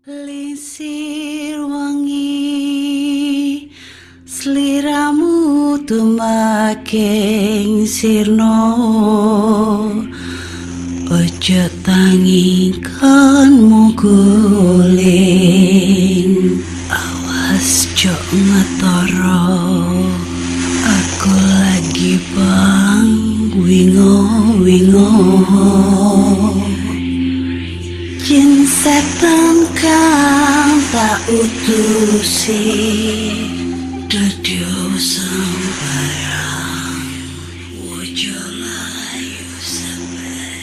Lisir wangi sliramu tumaking sirno, ojo tangi kanmu guling, awas jok ngetoro, aku lagi bang wingo jin setan kang tak utusi dadio sembarang wojo layu sampai.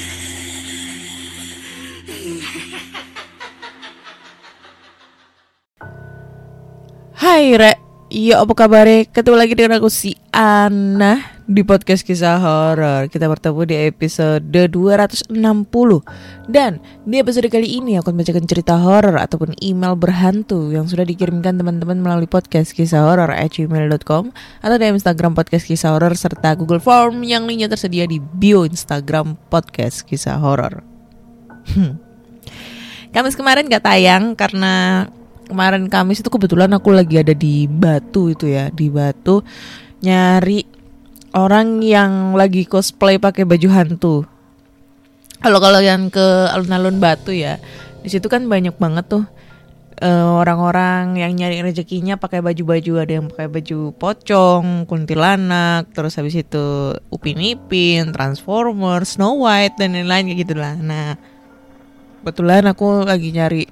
Hai Re, iya apa kabar? Ketemu lagi dengan aku si Ana di podcast kisah horor. Kita bertemu di episode 260. Dan di episode kali ini aku akan bacakan cerita horor ataupun email berhantu yang sudah dikirimkan teman-teman melalui podcast kisah horor@gmail.com atau di Instagram podcast kisah horor serta Google Form yang linknya tersedia di bio Instagram podcast kisah horor. Kamis kemarin gak tayang karena kemarin Kamis itu kebetulan aku lagi ada di Batu itu ya, di Batu nyari orang yang lagi cosplay pakai baju hantu. Kalau yang ke alun-alun Batu ya, di situ kan banyak banget tuh orang-orang yang nyari rezekinya pakai baju-baju, ada yang pakai baju pocong, kuntilanak, terus habis itu Upin Ipin, Transformers, Snow White dan lain-lain kayak gitulah. Nah, kebetulan aku lagi nyari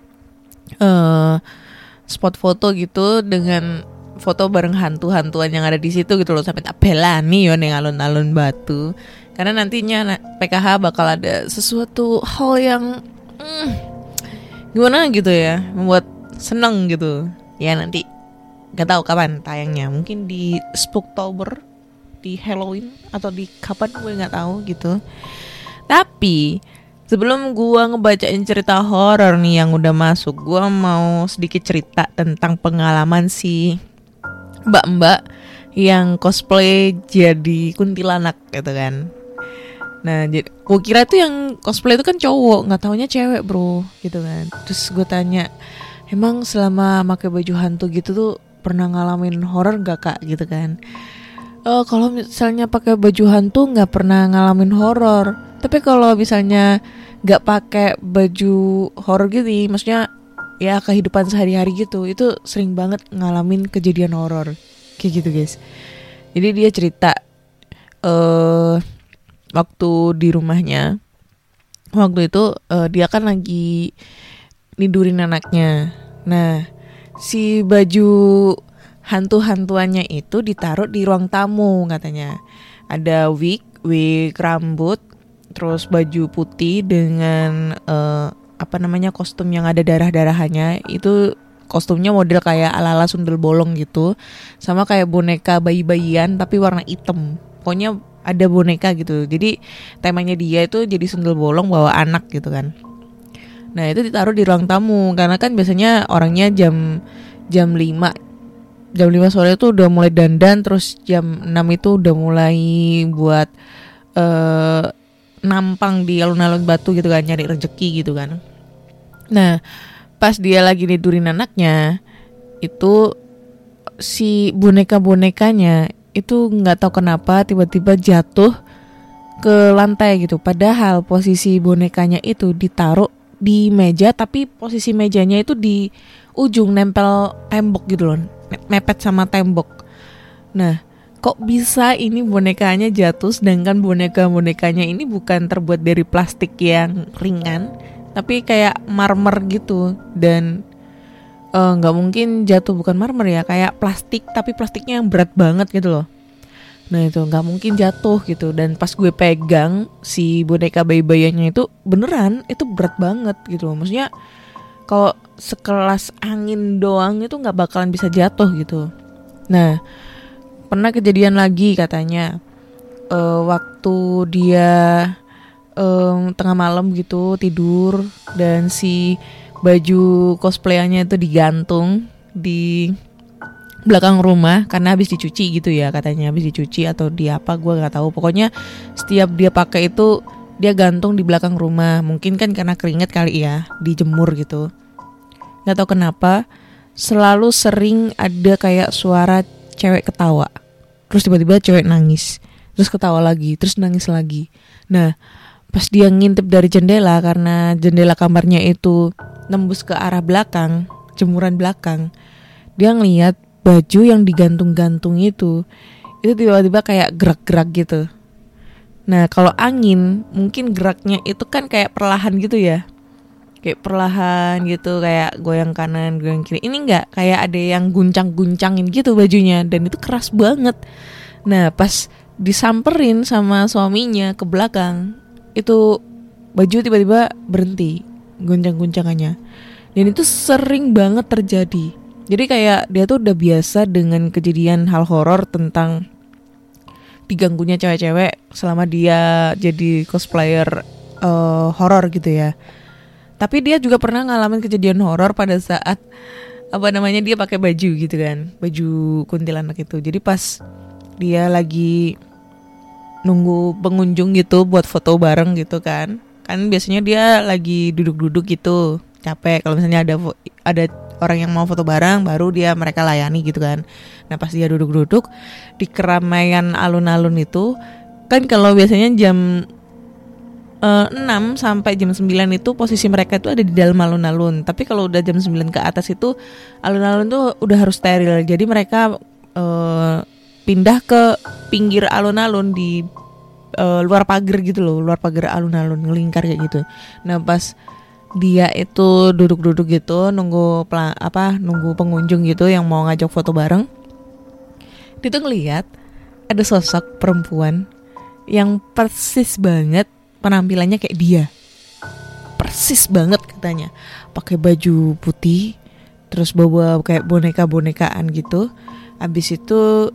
spot foto gitu dengan foto bareng hantu-hantuan yang ada di situ gitu loh, sampai tak belani yo neng alun-alun Batu karena nantinya PKH bakal ada sesuatu hal yang gimana gitu ya, membuat seneng gitu ya. Nanti gak tahu kapan tayangnya, mungkin di Spooktober, di Halloween atau di kapan gue nggak tahu gitu. Tapi sebelum gua ngebacain cerita horor nih yang udah masuk, gua mau sedikit cerita tentang pengalaman si mbak-mbak yang cosplay jadi kuntilanak gitu kan. Nah, gua kira tuh yang cosplay itu kan cowok, nggak taunya cewek bro gitu kan. Terus gua tanya, emang selama pakai baju hantu gitu tuh pernah ngalamin horor gak kak gitu kan. Kalau misalnya pakai baju hantu nggak pernah ngalamin horor. Tapi kalau misalnya nggak pakai baju horor gitu, maksudnya ya kehidupan sehari-hari gitu, itu sering banget ngalamin kejadian horor kayak gitu guys. Jadi dia cerita waktu di rumahnya, waktu itu dia kan lagi nidurin anaknya. Nah, si baju hantu-hantuannya itu ditaruh di ruang tamu katanya. Ada wig rambut, terus baju putih dengan kostum yang ada darah-darahannya. Itu kostumnya model kayak ala-ala sundel bolong gitu, sama kayak boneka bayi-bayian tapi warna hitam. Pokoknya ada boneka gitu. Jadi temanya dia itu jadi sundel bolong bawa anak gitu kan. Nah, itu ditaruh di ruang tamu karena kan biasanya orangnya jam 5 sore itu udah mulai dandan, terus jam 6 itu udah mulai buat nampang di alun-alun Batu gitu kan, nyari rezeki gitu kan. Nah, pas dia lagi nidurin anaknya, itu si boneka-bonekanya itu nggak tahu kenapa tiba-tiba jatuh ke lantai gitu. Padahal posisi bonekanya itu ditaruh di meja, tapi posisi mejanya itu di ujung nempel tembok gitu loh, mepet sama tembok. Nah, kok bisa ini bonekanya jatuh, sedangkan boneka-bonekanya ini bukan terbuat dari plastik yang ringan, tapi kayak marmer gitu. Dan gak mungkin jatuh bukan marmer ya, kayak plastik, tapi plastiknya yang berat banget gitu loh. Nah itu gak mungkin jatuh gitu. Dan pas gue pegang si boneka bayi-bayiannya itu beneran itu berat banget gitu loh. Maksudnya kalau sekelas angin doang itu gak bakalan bisa jatuh gitu. Nah, pernah kejadian lagi katanya waktu dia tengah malam gitu tidur, dan si baju cosplayannya itu digantung di belakang rumah karena habis dicuci gitu ya, katanya habis dicuci atau di apa gue nggak tahu. Pokoknya setiap dia pakai itu dia gantung di belakang rumah. Mungkin kan karena keringet kali ya, dijemur gitu. nggak tahu kenapa selalu sering ada kayak suara cewek ketawa, terus tiba-tiba cewek nangis, terus ketawa lagi, terus nangis lagi. Nah, pas dia ngintip dari jendela, karena jendela kamarnya itu nembus ke arah belakang, jemuran belakang, dia ngeliat baju yang digantung-gantung itu tiba-tiba kayak gerak-gerak gitu. Nah, kalau angin mungkin geraknya itu kan kayak perlahan gitu ya, kayak perlahan gitu, kayak goyang kanan goyang kiri. Ini enggak, kayak ada yang guncang-guncangin gitu bajunya, dan itu keras banget. Nah, pas disamperin sama suaminya ke belakang, itu baju tiba-tiba berhenti guncang-guncangannya. Dan itu sering banget terjadi. Jadi kayak dia tuh udah biasa dengan kejadian hal horor tentang diganggunya cewek-cewek selama dia jadi cosplayer horor gitu ya. Tapi dia juga pernah ngalamin kejadian horor pada saat dia pakai baju gitu kan, baju kuntilanak itu. Jadi pas dia lagi nunggu pengunjung gitu buat foto bareng gitu kan biasanya dia lagi duduk-duduk gitu, capek. Kalau misalnya ada orang yang mau foto bareng, baru mereka layani gitu kan. Nah, pas dia duduk-duduk di keramaian alun-alun itu kan, kalau biasanya jam 6 sampai jam 9 itu posisi mereka itu ada di dalam alun-alun. Tapi kalau udah jam 9 ke atas itu alun-alun tuh udah harus steril. Jadi mereka pindah ke pinggir alun-alun di luar pagar gitu loh, luar pagar alun-alun, ngelingkar kayak gitu. Nah, pas dia itu duduk-duduk gitu nunggu pengunjung gitu yang mau ngajak foto bareng, dia tuh ngeliat ada sosok perempuan yang persis banget penampilannya kayak dia, persis banget katanya, pakai baju putih, terus bawa kayak boneka-bonekaan gitu. Abis itu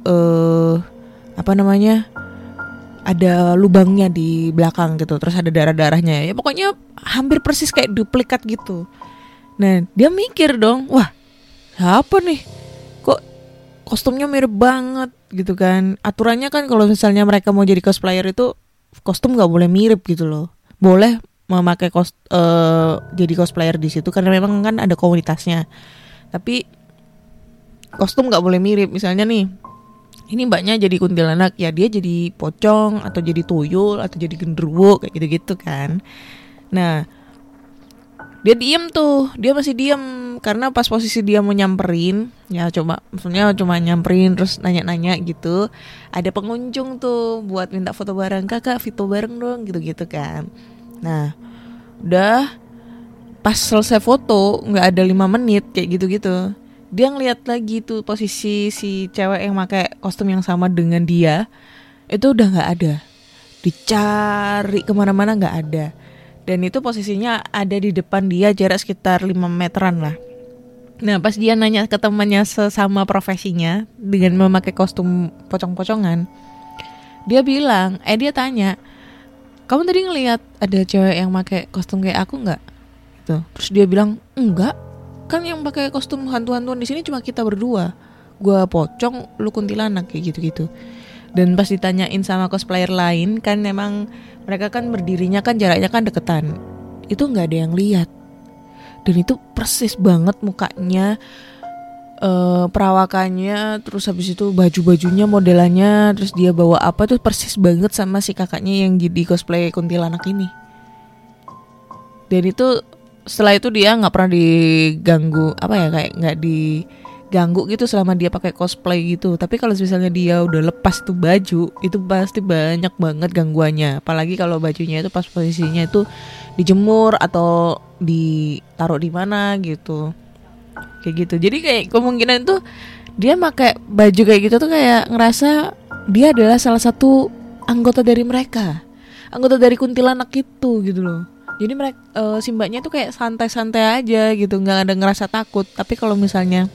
ada lubangnya di belakang gitu, terus ada darah-darahnya. Ya pokoknya hampir persis kayak duplikat gitu. Nah, dia mikir dong, wah, siapa nih? Kok kostumnya mirip banget gitu kan? Aturannya kan kalau misalnya mereka mau jadi cosplayer itu kostum nggak boleh mirip gitu loh. Boleh memakai jadi cosplayer di situ karena memang kan ada komunitasnya. Tapi kostum nggak boleh mirip. Misalnya nih, ini mbaknya jadi kuntilanak, ya dia jadi pocong atau jadi tuyul atau jadi genderuwo kayak gitu-gitu kan. Nah, dia masih diem karena pas posisi dia mau nyamperin, maksudnya cuma nyamperin terus nanya-nanya gitu. Ada pengunjung tuh buat minta foto bareng, kakak foto bareng dong gitu-gitu kan. Nah, udah pas selesai foto nggak ada 5 menit kayak gitu-gitu, dia ngeliat lagi tuh posisi si cewek yang pakai kostum yang sama dengan dia itu udah nggak ada, dicari kemana-mana nggak ada, dan itu posisinya ada di depan dia jarak sekitar 5 meteran lah. Nah, pas dia nanya ke temannya sesama profesinya dengan memakai kostum pocong-pocongan, dia tanya, kamu tadi ngeliat ada cewek yang pakai kostum kayak aku nggak? Gitu. Terus dia bilang enggak. Kan yang pakai kostum hantu-hantuan di sini cuma kita berdua. Gua pocong, lu kuntilanak kayak gitu-gitu. Dan pas ditanyain sama cosplayer lain, kan memang mereka kan berdirinya kan jaraknya kan deketan. Itu nggak ada yang lihat. Dan itu persis banget mukanya, perawakannya, terus habis itu baju-bajunya, modelannya, terus dia bawa apa tuh persis banget sama si kakaknya yang jadi cosplay kuntilanak ini. Dan itu setelah itu dia nggak pernah diganggu, kayak nggak diganggu gitu selama dia pakai cosplay gitu. Tapi kalau misalnya dia udah lepas tuh baju, itu pasti banyak banget gangguannya. Apalagi kalau bajunya itu pas posisinya itu dijemur atau ditaruh di mana gitu, kayak gitu. Jadi kayak kemungkinan tuh dia pakai baju kayak gitu tuh kayak ngerasa dia adalah salah satu anggota dari mereka, anggota dari kuntilanak itu gitu loh. Jadi mereka si mbaknya tuh kayak santai-santai aja gitu, nggak ada ngerasa takut. Tapi kalau misalnya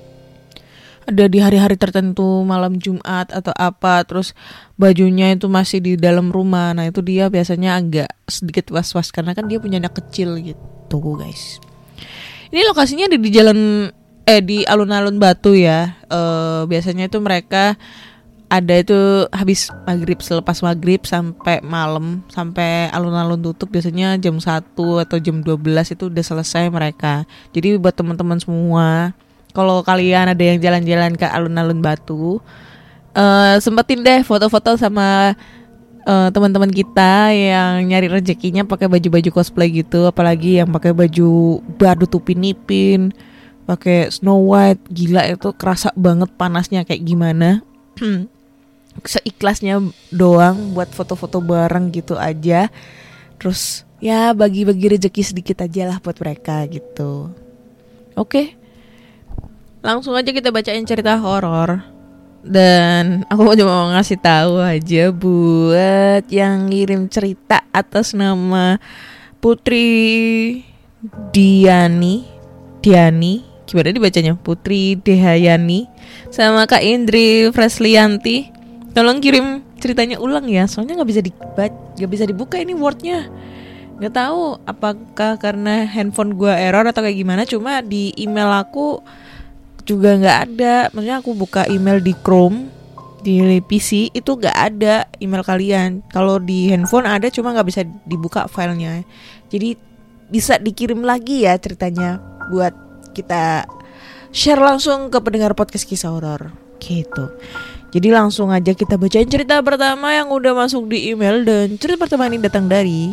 ada di hari-hari tertentu, malam Jumat atau apa, terus bajunya itu masih di dalam rumah, nah itu dia biasanya agak sedikit was-was karena kan dia punya anak kecil gitu, guys. Ini lokasinya di alun-alun Batu ya. Biasanya itu mereka ada itu habis maghrib, selepas maghrib sampai malam, sampai alun-alun tutup biasanya jam 1 atau jam 12 itu udah selesai mereka. Jadi buat teman-teman semua, kalau kalian ada yang jalan-jalan ke alun-alun Batu, sempetin deh foto-foto sama teman-teman kita yang nyari rezekinya pakai baju-baju cosplay gitu, apalagi yang pakai baju badut Upin Ipin, pakai Snow White, gila itu kerasa banget panasnya kayak gimana. Seikhlasnya doang buat foto-foto bareng gitu aja. Terus ya bagi-bagi rezeki sedikit aja lah buat mereka gitu. Oke. Langsung aja kita bacain cerita horor. Dan aku cuma mau ngasih tahu aja buat yang ngirim cerita atas nama Putri Diani, gimana dibacanya? Putri Dehayani sama Kak Indri Freslianti. Tolong kirim ceritanya ulang ya, soalnya nggak bisa dibuka ini Wordnya. Nggak tahu apakah karena handphone gua error atau kayak gimana. Cuma di email aku juga nggak ada, maksudnya aku buka email di Chrome di PC itu nggak ada email kalian. Kalau di handphone ada, cuma nggak bisa dibuka filenya. Jadi bisa dikirim lagi ya ceritanya buat kita share langsung ke pendengar podcast kisah horor gitu. Jadi langsung aja kita bacain cerita pertama yang udah masuk di email. Dan cerita pertama ini datang dari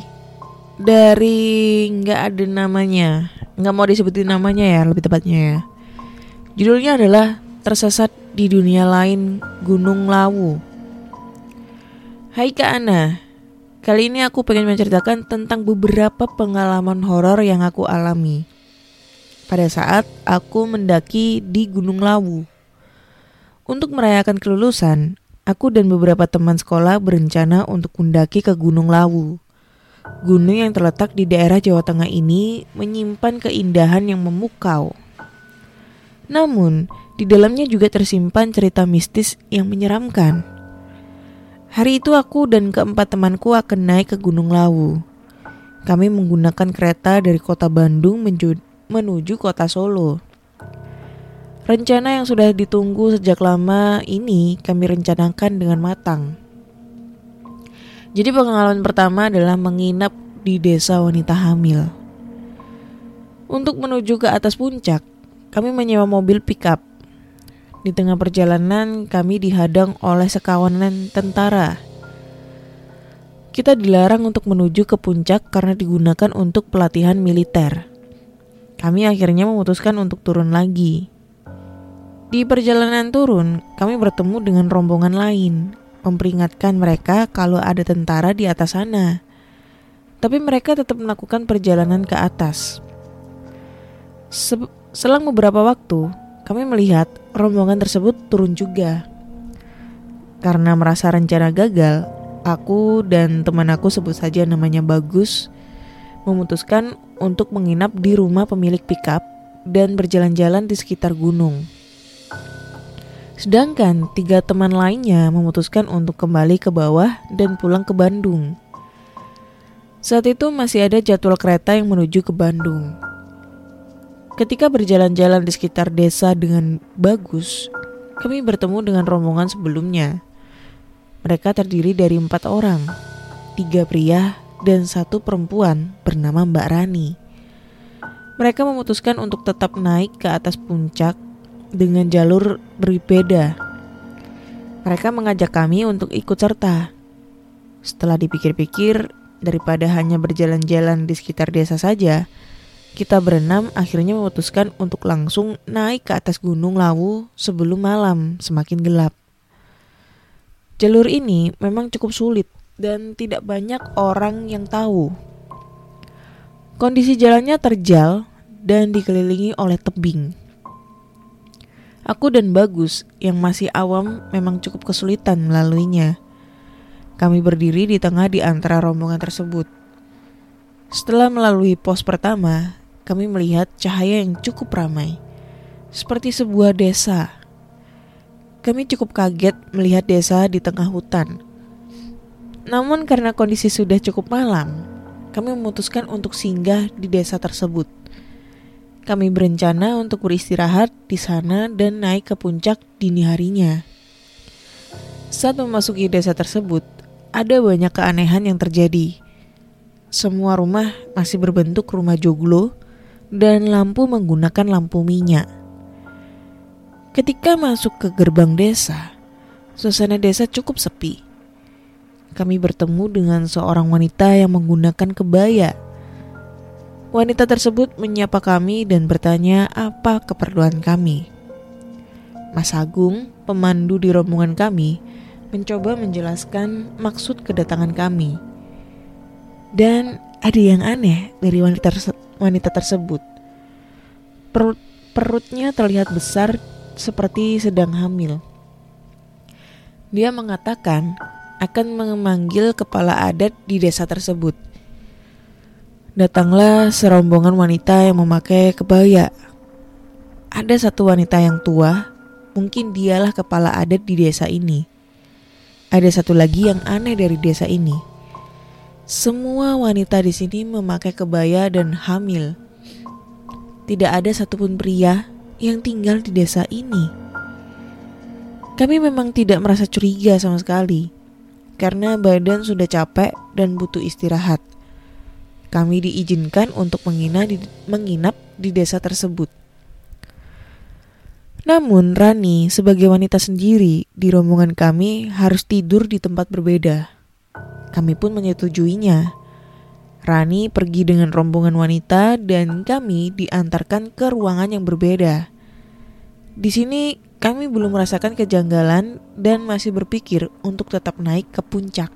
nggak ada namanya, nggak mau disebutin namanya ya, lebih tepatnya ya. Judulnya adalah Tersesat di Dunia Lain Gunung Lawu. Hai Kak Ana, kali ini aku pengen menceritakan tentang beberapa pengalaman horor yang aku alami pada saat aku mendaki di Gunung Lawu. Untuk merayakan kelulusan, aku dan beberapa teman sekolah berencana untuk mendaki ke Gunung Lawu. Gunung yang terletak di daerah Jawa Tengah ini menyimpan keindahan yang memukau. Namun, di dalamnya juga tersimpan cerita mistis yang menyeramkan. Hari itu aku dan keempat temanku akan naik ke Gunung Lawu. Kami menggunakan kereta dari kota Bandung menuju kota Solo. Rencana yang sudah ditunggu sejak lama ini kami rencanakan dengan matang. Jadi pengalaman pertama adalah menginap di desa wanita hamil. Untuk menuju ke atas puncak, kami menyewa mobil pickup. Di tengah perjalanan kami dihadang oleh sekawanan tentara. Kita dilarang untuk menuju ke puncak karena digunakan untuk pelatihan militer. Kami akhirnya memutuskan untuk turun lagi. Di perjalanan turun, kami bertemu dengan rombongan lain, memperingatkan mereka kalau ada tentara di atas sana. Tapi mereka tetap melakukan perjalanan ke atas. Selang beberapa waktu, kami melihat rombongan tersebut turun juga. Karena merasa rencana gagal, aku dan teman aku, sebut saja namanya Bagus, memutuskan untuk menginap di rumah pemilik pickup dan berjalan-jalan di sekitar gunung. Sedangkan 3 teman lainnya memutuskan untuk kembali ke bawah dan pulang ke Bandung. Saat itu masih ada jadwal kereta yang menuju ke Bandung. Ketika berjalan-jalan di sekitar desa dengan Bagus, kami bertemu dengan rombongan sebelumnya. Mereka terdiri dari 4 orang, 3 pria dan 1 perempuan bernama Mbak Rani. Mereka memutuskan untuk tetap naik ke atas puncak dengan jalur berbeda. Mereka mengajak kami untuk ikut serta. Setelah dipikir-pikir, daripada hanya berjalan-jalan di sekitar desa saja, kita berenam akhirnya memutuskan untuk langsung naik ke atas Gunung Lawu sebelum malam semakin gelap. Jalur ini memang cukup sulit dan tidak banyak orang yang tahu. Kondisi jalannya terjal dan dikelilingi oleh tebing. Aku dan Bagus yang masih awam memang cukup kesulitan melaluinya. Kami berdiri di tengah di antara rombongan tersebut. Setelah melalui pos pertama, kami melihat cahaya yang cukup ramai, seperti sebuah desa. Kami cukup kaget melihat desa di tengah hutan. Namun karena kondisi sudah cukup malam, kami memutuskan untuk singgah di desa tersebut. Kami berencana untuk beristirahat di sana dan naik ke puncak dini harinya. Saat memasuki desa tersebut, ada banyak keanehan yang terjadi. Semua rumah masih berbentuk rumah joglo dan lampu menggunakan lampu minyak. Ketika masuk ke gerbang desa, suasana desa cukup sepi. Kami bertemu dengan seorang wanita yang menggunakan kebaya. Wanita tersebut menyapa kami dan bertanya apa keperluan kami. Mas Agung, pemandu di rombongan kami, mencoba menjelaskan maksud kedatangan kami. Dan ada yang aneh dari wanita tersebut. Perutnya terlihat besar seperti sedang hamil. Dia mengatakan akan memanggil kepala adat di desa tersebut. Datanglah serombongan wanita yang memakai kebaya. Ada satu wanita yang tua, mungkin dialah kepala adat di desa ini. Ada satu lagi yang aneh dari desa ini. Semua wanita di sini memakai kebaya dan hamil. Tidak ada satupun pria yang tinggal di desa ini. Kami memang tidak merasa curiga sama sekali, karena badan sudah capek dan butuh istirahat. Kami diizinkan untuk menginap di desa tersebut. Namun Rani sebagai wanita sendiri di rombongan kami harus tidur di tempat berbeda. Kami pun menyetujuinya. Rani pergi dengan rombongan wanita dan kami diantarkan ke ruangan yang berbeda. Di sini kami belum merasakan kejanggalan dan masih berpikir untuk tetap naik ke puncak.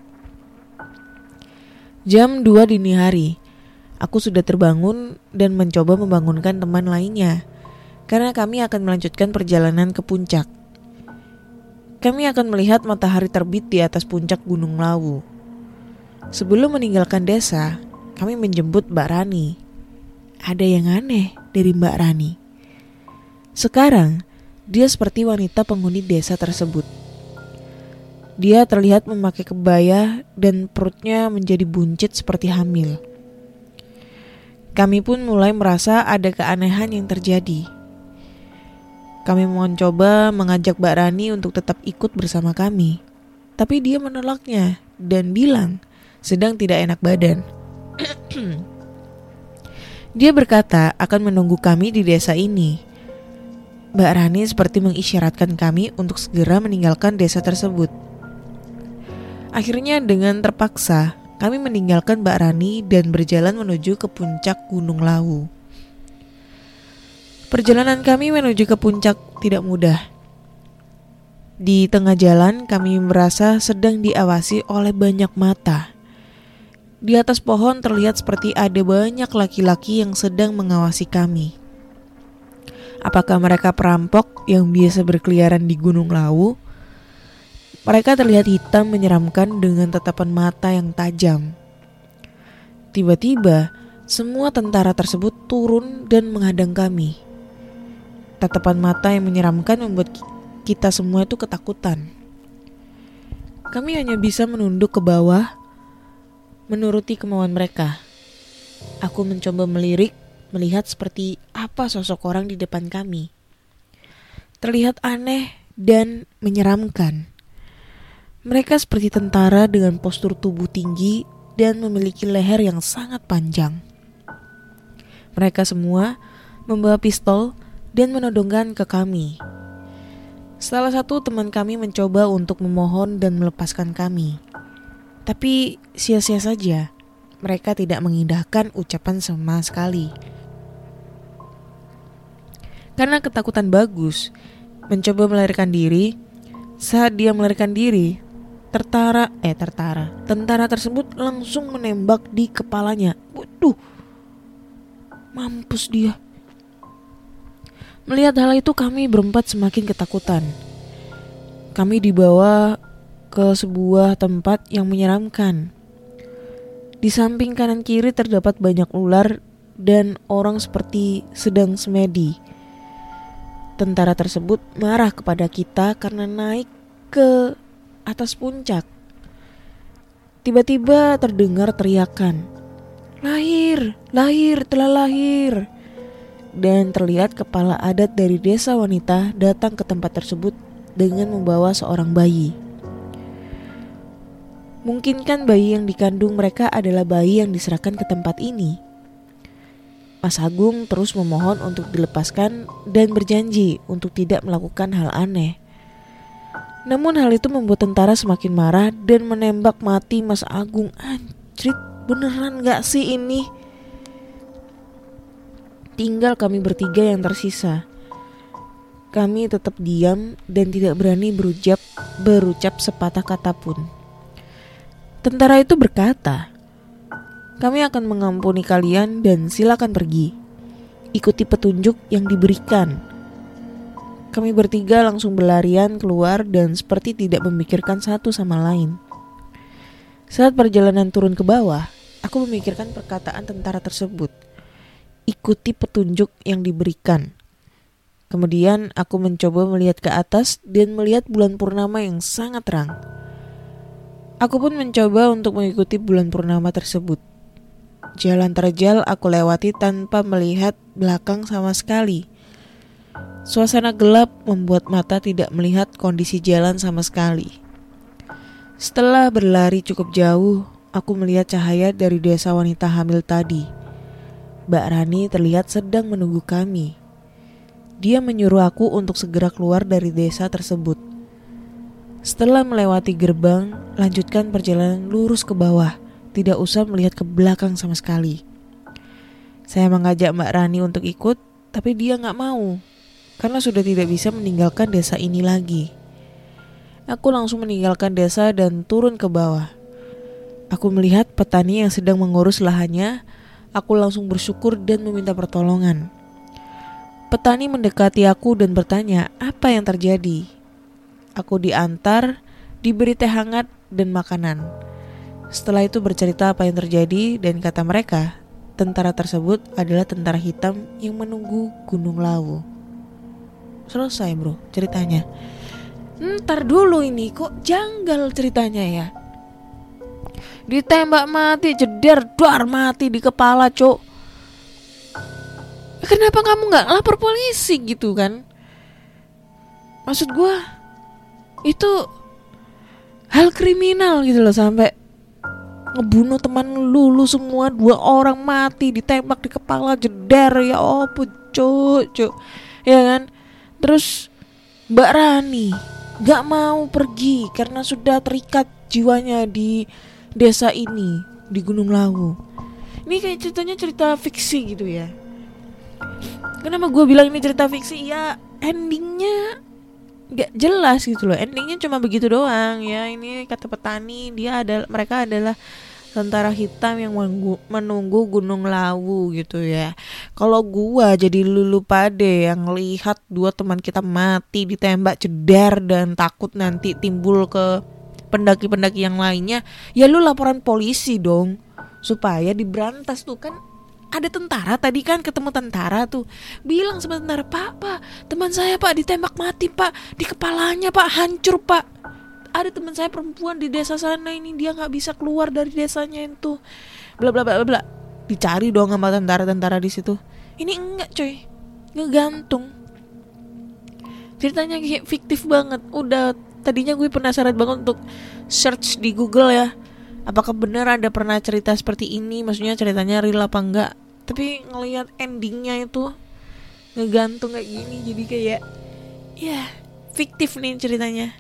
Jam 2 dini hari, aku sudah terbangun dan mencoba membangunkan teman lainnya, karena kami akan melanjutkan perjalanan ke puncak. Kami akan melihat matahari terbit di atas puncak Gunung Lawu. Sebelum meninggalkan desa, kami menjemput Mbak Rani. Ada yang aneh dari Mbak Rani. Sekarang, dia seperti wanita penghuni desa tersebut. Dia terlihat memakai kebaya dan perutnya menjadi buncit seperti hamil. Kami pun mulai merasa ada keanehan yang terjadi. Kami mencoba mengajak Mbak Rani untuk tetap ikut bersama kami, tapi dia menolaknya dan bilang sedang tidak enak badan. Dia berkata akan menunggu kami di desa ini. Mbak Rani seperti mengisyaratkan kami untuk segera meninggalkan desa tersebut. Akhirnya dengan terpaksa kami meninggalkan Mbak Rani dan berjalan menuju ke puncak Gunung Lawu. Perjalanan kami menuju ke puncak tidak mudah. Di tengah jalan kami merasa sedang diawasi oleh banyak mata. Di atas pohon terlihat seperti ada banyak laki-laki yang sedang mengawasi kami. Apakah mereka perampok yang biasa berkeliaran di Gunung Lawu? Mereka terlihat hitam menyeramkan dengan tatapan mata yang tajam. Tiba-tiba, semua tentara tersebut turun dan menghadang kami. Tatapan mata yang menyeramkan membuat kita semua itu ketakutan. Kami hanya bisa menunduk ke bawah, menuruti kemauan mereka. Aku mencoba melirik, melihat seperti apa sosok orang di depan kami. Terlihat aneh dan menyeramkan. Mereka seperti tentara dengan postur tubuh tinggi dan memiliki leher yang sangat panjang. Mereka semua membawa pistol dan menodongkan ke kami. Salah satu teman kami mencoba untuk memohon dan melepaskan kami. Tapi sia-sia saja, mereka tidak mengindahkan ucapan sama sekali. Karena ketakutan Bagus mencoba melarikan diri. Saat dia melarikan diri, tentara tersebut langsung menembak di kepalanya. Waduh, mampus dia. Melihat hal itu kami berempat semakin ketakutan. Kami dibawa ke sebuah tempat yang menyeramkan. Di samping kanan kiri terdapat banyak ular dan orang seperti sedang semedi. Tentara tersebut marah kepada kita karena naik ke atas puncak. Tiba-tiba terdengar teriakan, "Lahir, lahir, telah lahir." Dan terlihat kepala adat dari desa wanita datang ke tempat tersebut dengan membawa seorang bayi. Mungkin kan bayi yang dikandung mereka adalah bayi yang diserahkan ke tempat ini. Mas Agung terus memohon untuk dilepaskan dan berjanji untuk tidak melakukan hal aneh. Namun hal itu membuat tentara semakin marah dan menembak mati Mas Agung. Anjrit, beneran gak sih ini? Tinggal kami bertiga yang tersisa. Kami tetap diam dan tidak berani berucap sepatah kata pun. Tentara itu berkata, "Kami akan mengampuni kalian dan silakan pergi. Ikuti petunjuk yang diberikan." Kami bertiga langsung berlarian keluar dan seperti tidak memikirkan satu sama lain. Saat perjalanan turun ke bawah, aku memikirkan perkataan tentara tersebut. Ikuti petunjuk yang diberikan. Kemudian aku mencoba melihat ke atas dan melihat bulan purnama yang sangat terang. Aku pun mencoba untuk mengikuti bulan purnama tersebut. Jalan terjal aku lewati tanpa melihat belakang sama sekali. Suasana gelap membuat mata tidak melihat kondisi jalan sama sekali. Setelah berlari cukup jauh, aku melihat cahaya dari desa wanita hamil tadi. Mbak Rani terlihat sedang menunggu kami. Dia menyuruh aku untuk segera keluar dari desa tersebut. Setelah melewati gerbang, lanjutkan perjalanan lurus ke bawah. Tidak usah melihat ke belakang sama sekali. Saya mengajak Mbak Rani untuk ikut, tapi dia gak mau. Karena sudah tidak bisa meninggalkan desa ini lagi. Aku langsung meninggalkan desa dan turun ke bawah. Aku melihat petani yang sedang mengurus lahannya. Aku langsung bersyukur dan meminta pertolongan. Petani mendekati aku dan bertanya apa yang terjadi. Aku diantar, diberi teh hangat dan makanan. Setelah itu bercerita apa yang terjadi dan kata mereka, tentara tersebut adalah tentara hitam yang menunggu Gunung Lawu. Selesai bro ceritanya. Ntar dulu ini kok janggal ceritanya ya. Ditembak mati, jeder, dar mati di kepala cok. Kenapa kamu gak lapor polisi gitu kan? Maksud gue itu hal kriminal gitu loh. Sampai ngebunuh teman lu semua 2 orang mati, ditembak di kepala, jeder. Ya ampun cok. Ya kan. Terus Mbak Rani gak mau pergi karena sudah terikat jiwanya di desa ini, di Gunung Lawu. Ini kayak ceritanya cerita fiksi gitu ya. Kenapa gue bilang ini cerita fiksi? Ya endingnya gak jelas gitu loh. Endingnya cuma begitu doang ya. Ini kata petani, mereka adalah tentara hitam yang menunggu Gunung Lawu gitu ya. Kalau gua jadi lulu pade yang lihat 2 teman kita mati ditembak jedar dan takut nanti timbul ke pendaki-pendaki yang lainnya, ya lu laporan polisi dong supaya diberantas tuh kan. Ada tentara tadi kan, ketemu tentara tuh, bilang sama tentara, Pak, teman saya Pak ditembak mati Pak, di kepalanya Pak, hancur Pak. Ada teman saya perempuan di desa sana ini, dia nggak bisa keluar dari desanya itu, bla bla bla bla. Dicari dong sama tentara di situ. Ini enggak coy, ngegantung. Ceritanya kayak fiktif banget. Udah tadinya gue penasaran banget untuk search di Google ya, apakah benar ada pernah cerita seperti ini, maksudnya ceritanya real apa enggak. Tapi ngelihat endingnya itu ngegantung kayak gini, jadi kayak ya fiktif nih ceritanya.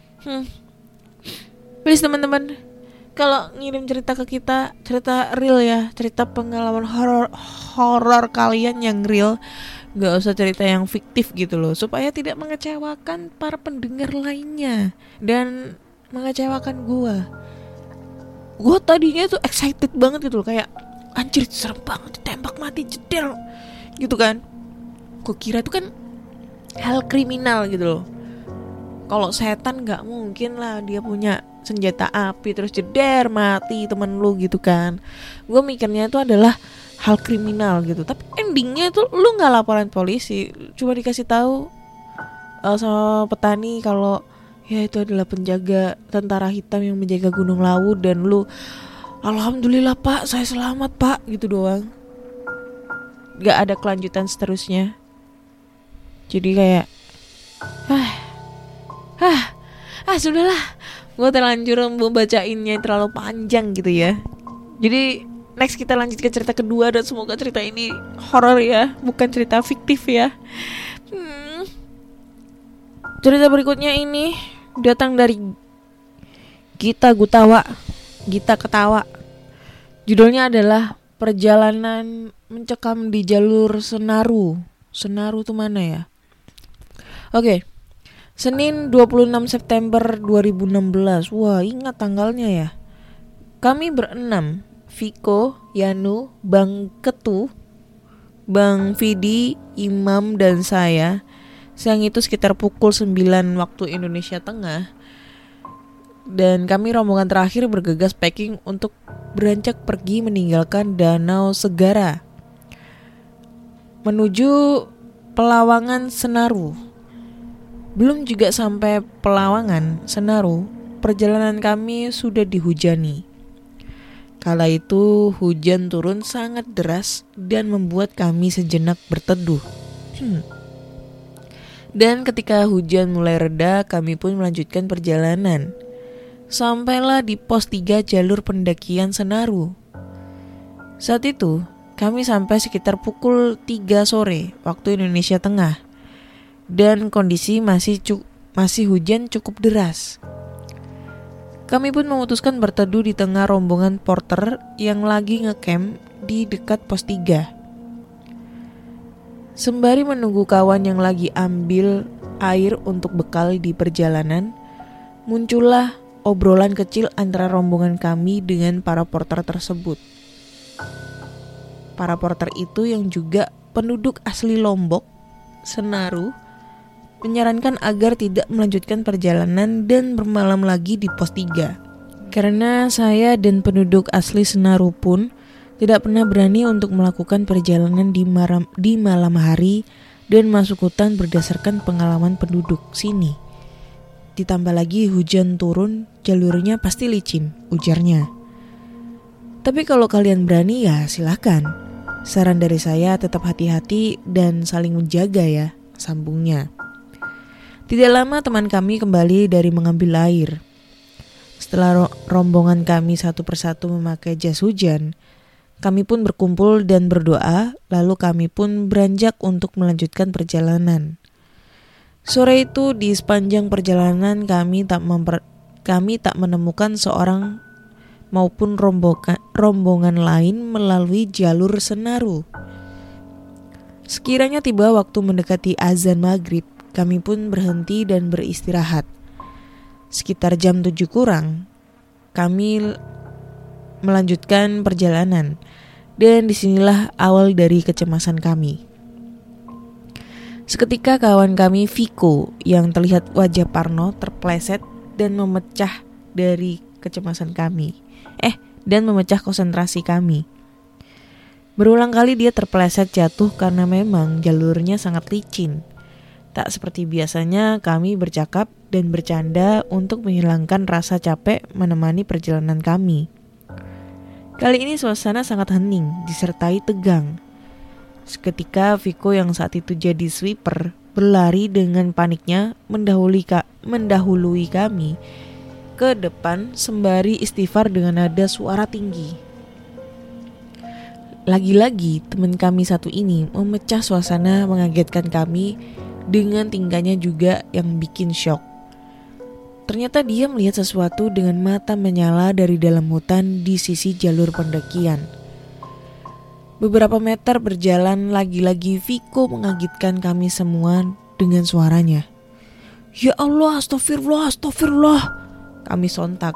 Please teman-teman, kalau ngirim cerita ke kita, cerita real ya, cerita pengalaman horor kalian yang real, gak usah cerita yang fiktif gitu loh, supaya tidak mengecewakan para pendengar lainnya dan mengecewakan gue tadinya tuh excited banget gitu loh, kayak anjir serem banget, ditembak mati jeder gitu kan. Gue kira itu kan hal kriminal gitu loh. Kalau setan gak mungkin lah dia punya senjata api terus jeder mati temen lu gitu kan. Gue mikirnya itu adalah hal kriminal gitu. Tapi endingnya itu lu gak laporan polisi, cuma dikasih tahu sama petani kalau ya itu adalah penjaga tentara hitam yang menjaga Gunung Lawu, dan lu alhamdulillah Pak, saya selamat Pak, gitu doang. Gak ada kelanjutan seterusnya. Jadi kayak sudahlah, gue terlanjur membacainnya terlalu panjang gitu ya. Jadi next kita lanjut ke cerita kedua, dan semoga cerita ini horor ya, bukan cerita fiktif ya. Cerita berikutnya ini datang dari Gita Ketawa. Judulnya adalah Perjalanan Mencekam di Jalur Senaru. Senaru tuh mana ya? Oke. Senin 26 September 2016. Wah, ingat tanggalnya ya. Kami berenam, Viko, Yanu, Bang Ketu, Bang Vidi, Imam, dan saya. Siang itu sekitar pukul 9 waktu Indonesia Tengah. Dan kami rombongan terakhir bergegas packing untuk beranjak pergi meninggalkan Danau Segara menuju Pelawangan Senaru. Belum juga sampai Pelawangan Senaru, perjalanan kami sudah dihujani. Kala itu hujan turun sangat deras dan membuat kami sejenak berteduh. Dan ketika hujan mulai reda, kami pun melanjutkan perjalanan. Sampailah di pos 3 jalur pendakian Senaru. Saat itu, kami sampai sekitar pukul 3 sore waktu Indonesia Tengah. Dan kondisi masih hujan cukup deras. Kami pun memutuskan berteduh di tengah rombongan porter yang lagi ngecamp di dekat pos 3. Sembari menunggu kawan yang lagi ambil air untuk bekal di perjalanan, muncullah obrolan kecil antara rombongan kami dengan para porter tersebut. Para porter itu yang juga penduduk asli Lombok, Senaru, menyarankan agar tidak melanjutkan perjalanan dan bermalam lagi di pos 3. Karena saya dan penduduk asli Senaru pun tidak pernah berani untuk melakukan perjalanan di malam hari dan masuk hutan berdasarkan pengalaman penduduk sini. Ditambah lagi hujan turun, jalurnya pasti licin, ujarnya. Tapi kalau kalian berani ya silakan. Saran dari saya tetap hati-hati dan saling menjaga ya, sambungnya. Tidak lama teman kami kembali dari mengambil air. Setelah rombongan kami satu persatu memakai jas hujan, kami pun berkumpul dan berdoa, lalu kami pun beranjak untuk melanjutkan perjalanan. Sore itu di sepanjang perjalanan kami tak menemukan seorang maupun rombongan lain melalui jalur Senaru. Sekiranya tiba waktu mendekati azan maghrib, kami pun berhenti dan beristirahat. Sekitar jam 7 kurang, kami melanjutkan perjalanan. Dan disinilah awal dari kecemasan kami. Seketika kawan kami Viko yang terlihat wajah parno terpleset dan memecah dari kecemasan kami. Dan memecah konsentrasi kami. Berulang kali dia terpleset jatuh karena memang jalurnya sangat licin. Tak seperti biasanya kami bercakap dan bercanda untuk menghilangkan rasa capek menemani perjalanan kami. Kali ini suasana sangat hening disertai tegang. Seketika Viko yang saat itu jadi sweeper berlari dengan paniknya mendahului kami ke depan sembari istighfar dengan nada suara tinggi. Lagi-lagi teman kami satu ini memecah suasana, mengagetkan kami dengan tingkahnya juga yang bikin shock. Ternyata dia melihat sesuatu dengan mata menyala dari dalam hutan di sisi jalur pendakian. Beberapa meter berjalan, lagi-lagi Viko mengagetkan kami semua dengan suaranya. Ya Allah, astagfirullah, astagfirullah. Kami sontak.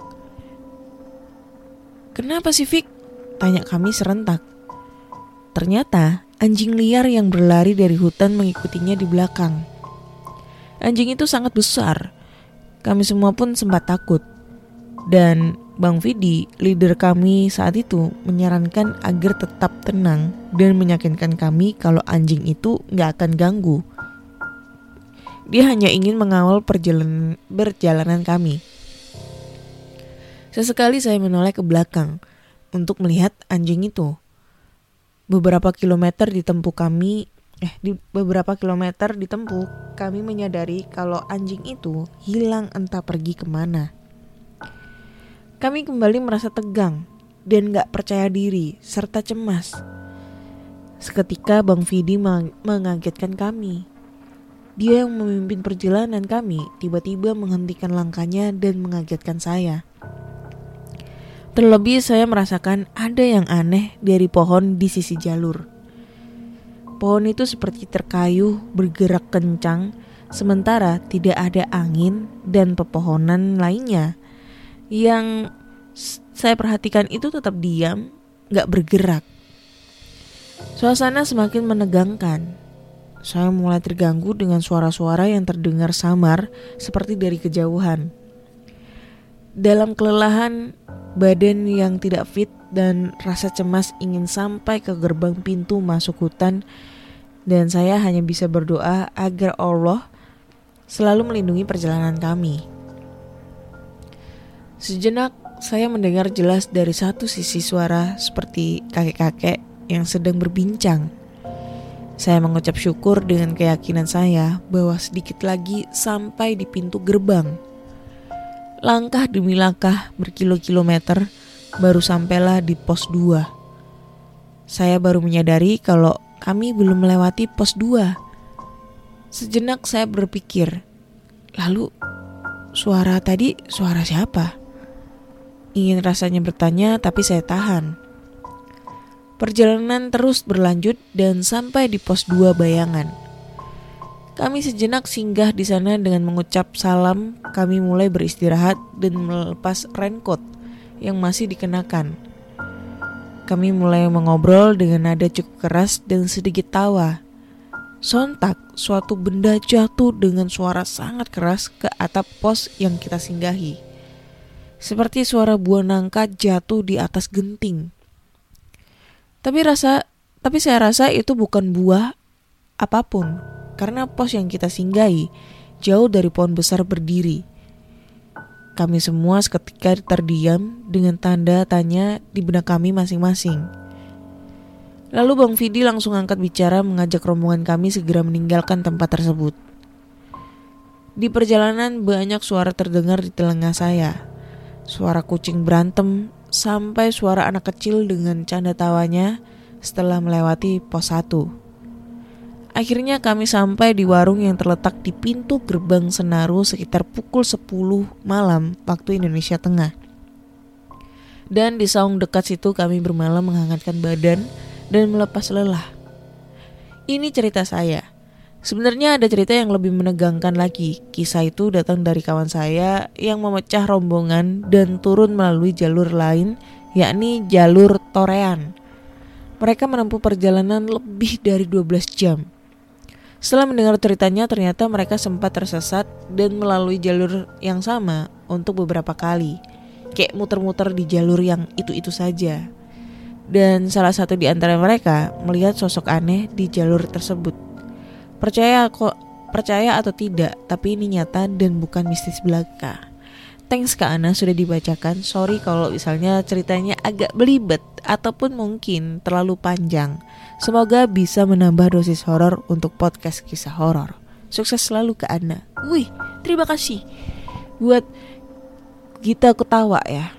Kenapa sih Vik? Tanya kami serentak. Ternyata anjing liar yang berlari dari hutan mengikutinya di belakang. Anjing itu sangat besar. Kami semua pun sempat takut. Dan Bang Vidi, leader kami saat itu, menyarankan agar tetap tenang dan meyakinkan kami kalau anjing itu gak akan ganggu. Dia hanya ingin mengawal perjalanan kami. Sesekali saya menoleh ke belakang untuk melihat anjing itu. Beberapa kilometer ditempuh, kami menyadari kalau anjing itu hilang entah pergi kemana. kami kembali merasa tegang dan gak percaya diri serta cemas. Seketika Bang Vidi mengagetkan kami. Dia yang memimpin perjalanan kami tiba-tiba menghentikan langkahnya dan mengagetkan saya. Terlebih saya merasakan ada yang aneh dari pohon di sisi jalur. Pohon itu seperti terkayuh bergerak kencang, sementara tidak ada angin dan pepohonan lainnya yang saya perhatikan itu tetap diam, gak bergerak. Suasana semakin menegangkan. Saya mulai terganggu dengan suara-suara yang terdengar samar seperti dari kejauhan. Dalam kelelahan, badan yang tidak fit dan rasa cemas ingin sampai ke gerbang pintu masuk hutan, dan saya hanya bisa berdoa agar Allah selalu melindungi perjalanan kami. Sejenak saya mendengar jelas dari satu sisi suara seperti kakek-kakek yang sedang berbincang. Saya mengucap syukur dengan keyakinan saya bahwa sedikit lagi sampai di pintu gerbang. Langkah demi langkah berkilo-kilometer baru sampailah di pos 2. Saya baru menyadari kalau kami belum melewati pos 2. Sejenak saya berpikir, lalu suara tadi suara siapa? Ingin rasanya bertanya tapi saya tahan. Perjalanan terus berlanjut dan sampai di pos 2 Bayangan. Kami sejenak singgah di sana dengan mengucap salam. Kami mulai beristirahat dan melepas raincoat yang masih dikenakan. Kami mulai mengobrol dengan nada cukup keras dan sedikit tawa. Sontak suatu benda jatuh dengan suara sangat keras ke atap pos yang kita singgahi. Seperti suara buah nangka jatuh di atas genting. Tapi saya rasa itu bukan buah apapun, karena pos yang kita singgahi jauh dari pohon besar berdiri. Kami semua seketika terdiam dengan tanda tanya di benak kami masing-masing. Lalu Bang Vidi langsung angkat bicara mengajak rombongan kami segera meninggalkan tempat tersebut. Di perjalanan banyak suara terdengar di telinga saya. Suara kucing berantem sampai suara anak kecil dengan canda tawanya setelah melewati pos 1. Akhirnya kami sampai di warung yang terletak di pintu gerbang Senaru sekitar pukul 10 malam waktu Indonesia Tengah. Dan di saung dekat situ kami bermalam menghangatkan badan dan melepas lelah. Ini cerita saya. Sebenarnya ada cerita yang lebih menegangkan lagi. Kisah itu datang dari kawan saya yang memecah rombongan dan turun melalui jalur lain, yakni jalur Torean. Mereka menempuh perjalanan lebih dari 12 jam. Setelah mendengar ceritanya, ternyata mereka sempat tersesat dan melalui jalur yang sama untuk beberapa kali. Kayak muter-muter di jalur yang itu-itu saja. Dan salah satu di antara mereka melihat sosok aneh di jalur tersebut. Percaya atau tidak, tapi ini nyata dan bukan mistis belaka. Thanks Kak Ana sudah dibacakan. Sorry kalau misalnya ceritanya agak belibet ataupun mungkin terlalu panjang. Semoga bisa menambah dosis horor untuk podcast kisah horor. Sukses selalu Kak Ana. Wih, terima kasih buat kita ketawa ya.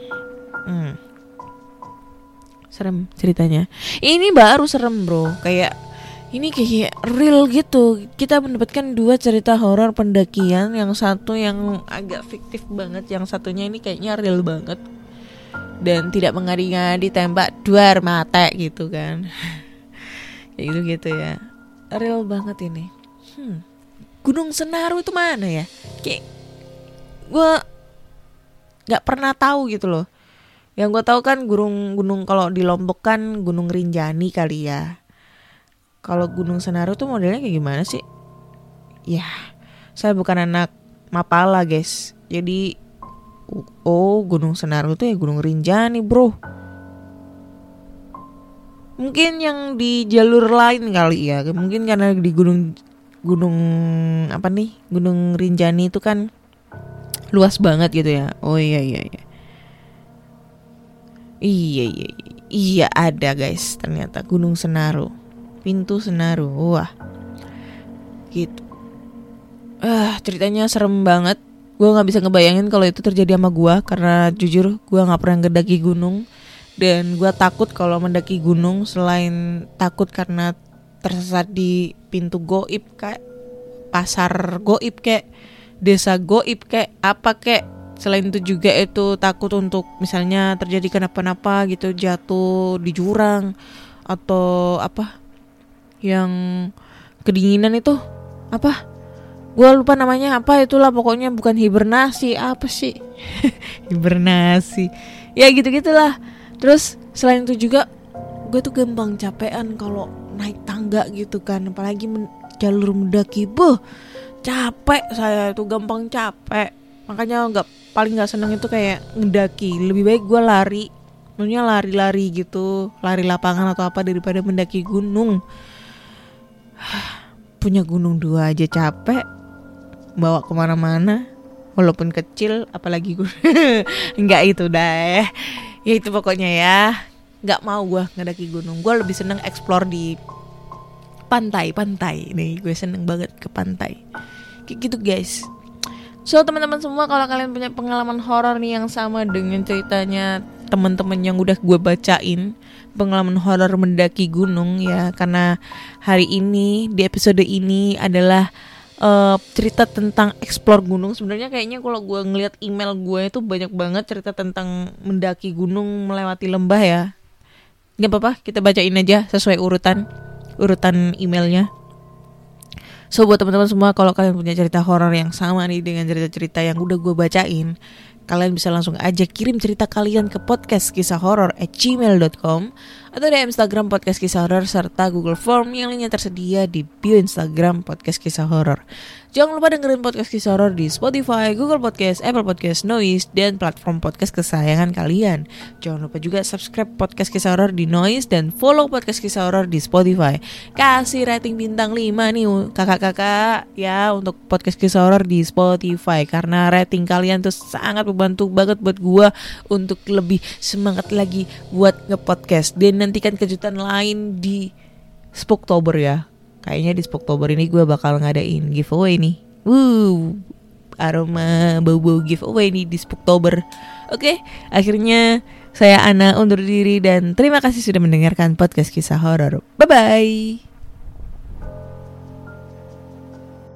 Serem ceritanya. Ini baru serem bro. Ini kayak real gitu. Kita mendapatkan 2 cerita horor pendakian. Yang satu yang agak fiktif banget, yang satunya ini kayaknya real banget. Dan tidak mengadi-ngadi tembak duar mata gitu kan. Kayak gitu ya. Real banget ini. Gunung Senaru itu mana ya? Kayak gue gak pernah tahu gitu loh. Yang gue tahu kan gunung kalau di Lombok kan Gunung Rinjani kali ya. Kalau Gunung Senaru tuh modelnya kayak gimana sih? Ya, saya bukan anak Mapala guys. Jadi, Gunung Senaru tuh ya Gunung Rinjani bro. Mungkin yang di jalur lain kali ya. Mungkin karena di Gunung Rinjani itu kan luas banget gitu ya. Oh iya. Iya ada guys, ternyata Gunung Senaru. Pintu Senaru. Wah. Gitu. Ceritanya serem banget Gue nggak bisa ngebayangin kalau itu terjadi sama gue, karena jujur gue nggak pernah ngedaki gunung. Dan gue takut kalau mendaki gunung, selain takut karena tersesat di pintu goib kayak pasar goib kayak desa goib kayak apa kayak. Selain itu juga itu takut untuk misalnya terjadi kenapa-napa gitu, jatuh di jurang atau apa yang kedinginan itu apa, gue lupa namanya apa, itulah pokoknya bukan hibernasi apa sih hibernasi ya gitu-gitulah. Terus selain itu juga gue tuh gampang capean kalau naik tangga gitu kan, apalagi jalur mendaki, capek saya tuh, gampang capek. Makanya paling nggak seneng itu kayak ngedaki, lebih baik gue lari, maksudnya lari-lari gitu, lari lapangan atau apa daripada mendaki gunung. Punya gunung 2 aja capek, bawa kemana-mana walaupun kecil, apalagi gue nggak itu dah ya itu pokoknya ya, nggak mau gue ngedaki gunung. Gue lebih seneng explore di pantai nih, gue seneng banget ke pantai kayak gitu guys. So teman-teman semua, kalau kalian punya pengalaman horor nih yang sama dengan ceritanya teman-teman yang udah gue bacain, pengalaman horor mendaki gunung ya, karena hari ini di episode ini adalah cerita tentang explore gunung. Sebenarnya kayaknya kalau gue ngeliat email gue itu banyak banget cerita tentang mendaki gunung melewati lembah ya. Gak apa-apa, kita bacain aja sesuai urutan emailnya. So buat teman-teman semua, kalau kalian punya cerita horor yang sama nih dengan cerita-cerita yang udah gue bacain, kalian bisa langsung aja kirim cerita kalian ke podcastkisahhoror@gmail.com atau di Instagram Podcast Kisah Horor serta Google Form yang lainnya tersedia di bio Instagram Podcast Kisah Horor. Jangan lupa dengerin Podcast Kisah Horor di Spotify, Google Podcast, Apple Podcast, Noise, dan platform podcast kesayangan kalian. Jangan lupa juga subscribe Podcast Kisah Horor di Noise dan follow Podcast Kisah Horor di Spotify. Kasih rating bintang 5 nih kakak-kakak ya untuk Podcast Kisah Horor di Spotify, karena rating kalian tuh sangat membantu banget buat gua untuk lebih semangat lagi buat nge-podcast. Dan nantikan kejutan lain di Spooktober ya. Kayaknya di Spooktober ini gue bakal ngadain giveaway nih. Aroma bau-bau giveaway nih di Spooktober. Oke, akhirnya saya Ana undur diri dan terima kasih sudah mendengarkan Podcast Kisah Horor. Bye-bye.